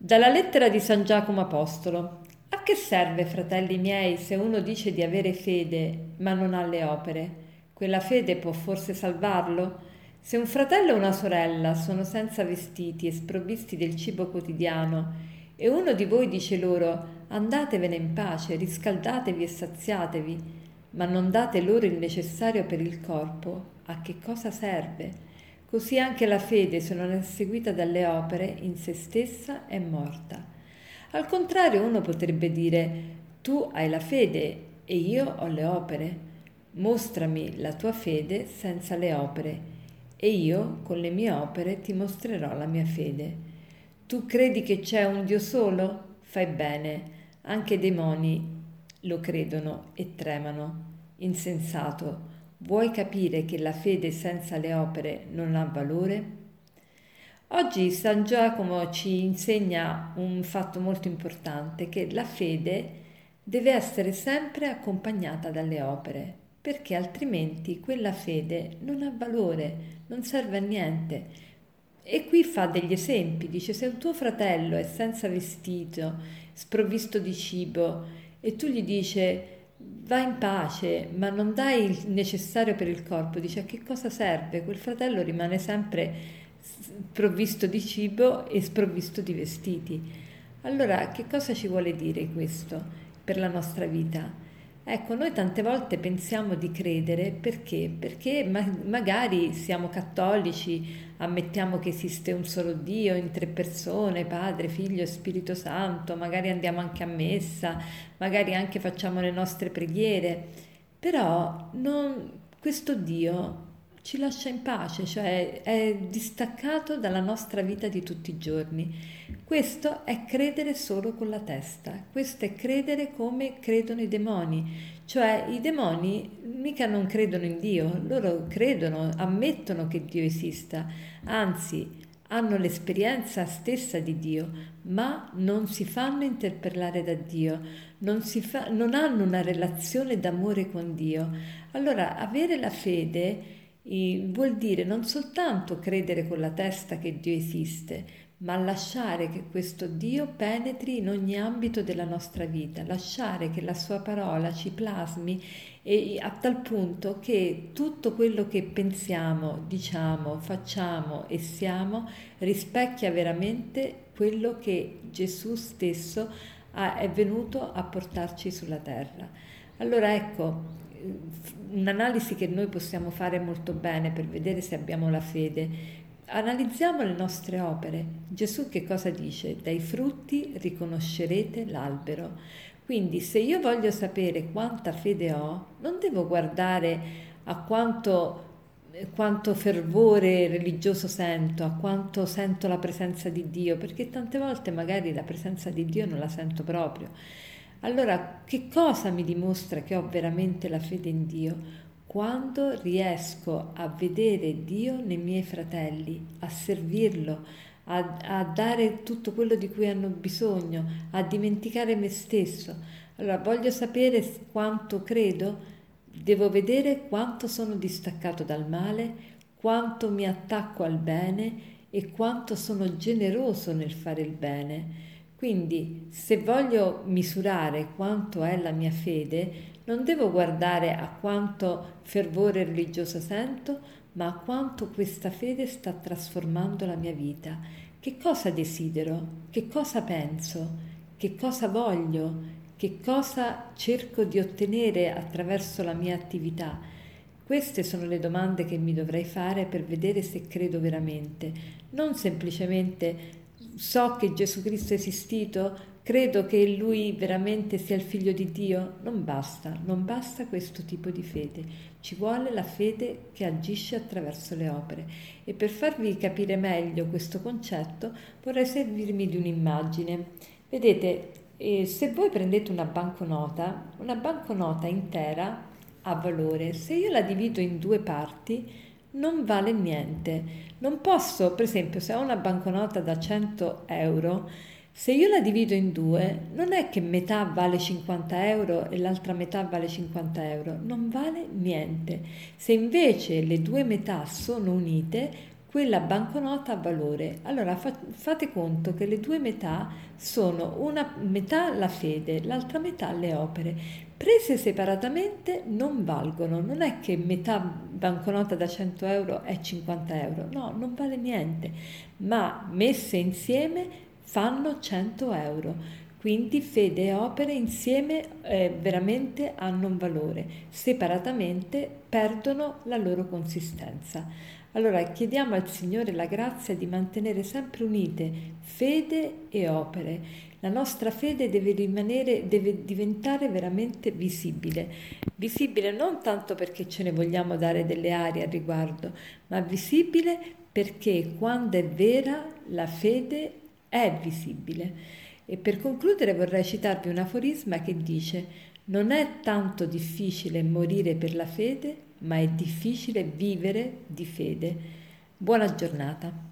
Dalla lettera di San Giacomo Apostolo. A che serve, fratelli miei, se uno dice di avere fede ma non ha le opere? Quella fede può forse salvarlo? Se un fratello o una sorella sono senza vestiti e sprovvisti del cibo quotidiano e uno di voi dice loro andatevene in pace, riscaldatevi e saziatevi, ma non date loro il necessario per il corpo, a che cosa serve? Così anche la fede, se non è seguita dalle opere, in se stessa è morta. Al contrario, uno potrebbe dire, tu hai la fede e io ho le opere. Mostrami la tua fede senza le opere e io con le mie opere ti mostrerò la mia fede. Tu credi che c'è un Dio solo? Fai bene, anche i demoni lo credono e tremano. Insensato, vuoi capire che la fede senza le opere non ha valore? Oggi San Giacomo ci insegna un fatto molto importante, che la fede deve essere sempre accompagnata dalle opere, perché altrimenti quella fede non ha valore, non serve a niente. E qui fa degli esempi, dice se un tuo fratello è senza vestito, sprovvisto di cibo e tu gli dici va in pace, ma non dai il necessario per il corpo, dice a che cosa serve? Quel fratello rimane sempre sprovvisto di cibo e sprovvisto di vestiti. Allora, che cosa ci vuole dire questo per la nostra vita? Ecco, noi tante volte pensiamo di credere perché? Perché magari siamo cattolici, ammettiamo che esiste un solo Dio in tre persone, Padre, Figlio e Spirito Santo, magari andiamo anche a messa, magari anche facciamo le nostre preghiere, però questo Dio ci lascia in pace, cioè è distaccato dalla nostra vita di tutti i giorni. Questo è credere solo con la testa, questo è credere come credono i demoni, cioè i demoni mica non credono in Dio, loro credono, ammettono che Dio esista, anzi hanno l'esperienza stessa di Dio, ma non si fanno interpellare da Dio, non hanno una relazione d'amore con Dio. Allora, avere la fede vuol dire non soltanto credere con la testa che Dio esiste, ma lasciare che questo Dio penetri in ogni ambito della nostra vita, lasciare che la sua parola ci plasmi e a tal punto che tutto quello che pensiamo, diciamo, facciamo e siamo rispecchia veramente quello che Gesù stesso è venuto a portarci sulla terra. Allora ecco, un'analisi che noi possiamo fare molto bene per vedere se abbiamo la fede. Analizziamo le nostre opere. Gesù che cosa dice? Dai frutti riconoscerete l'albero. Quindi se io voglio sapere quanta fede ho, non devo guardare a quanto fervore religioso sento, a quanto sento la presenza di Dio, perché tante volte magari la presenza di Dio non la sento proprio. Allora, che cosa mi dimostra che ho veramente la fede in Dio? Quando riesco a vedere Dio nei miei fratelli, a servirlo, a dare tutto quello di cui hanno bisogno, a dimenticare me stesso. Allora, voglio sapere quanto credo, devo vedere quanto sono distaccato dal male, quanto mi attacco al bene e quanto sono generoso nel fare il bene. Quindi, se voglio misurare quanto è la mia fede, non devo guardare a quanto fervore religioso sento, ma a quanto questa fede sta trasformando la mia vita. Che cosa desidero? Che cosa penso? Che cosa voglio? Che cosa cerco di ottenere attraverso la mia attività? Queste sono le domande che mi dovrei fare per vedere se credo veramente, non semplicemente so che Gesù Cristo è esistito, credo che Lui veramente sia il figlio di Dio. Non basta questo tipo di fede, ci vuole la fede che agisce attraverso le opere. E per farvi capire meglio questo concetto vorrei servirmi di un'immagine. Vedete, se voi prendete una banconota intera ha valore. Se io la divido in due parti, non vale niente. Non posso, per esempio, se ho una banconota da 100 euro, se io la divido in due, non è che metà vale 50 euro e l'altra metà vale 50 euro, non vale niente. Se invece le due metà sono unite, quella banconota ha valore. Allora fate conto che le due metà sono una metà la fede, l'altra metà le opere. Prese separatamente non valgono, non è che metà banconota da 100 euro è 50 euro, no, non vale niente, ma messe insieme fanno 100 euro. Quindi fede e opere insieme veramente hanno un valore, separatamente perdono la loro consistenza. Allora chiediamo al Signore la grazia di mantenere sempre unite fede e opere. La nostra fede deve rimanere, deve diventare veramente visibile. Visibile non tanto perché ce ne vogliamo dare delle arie al riguardo, ma visibile perché quando è vera la fede è visibile. E per concludere vorrei citarvi un aforisma che dice: non è tanto difficile morire per la fede, ma è difficile vivere di fede. Buona giornata.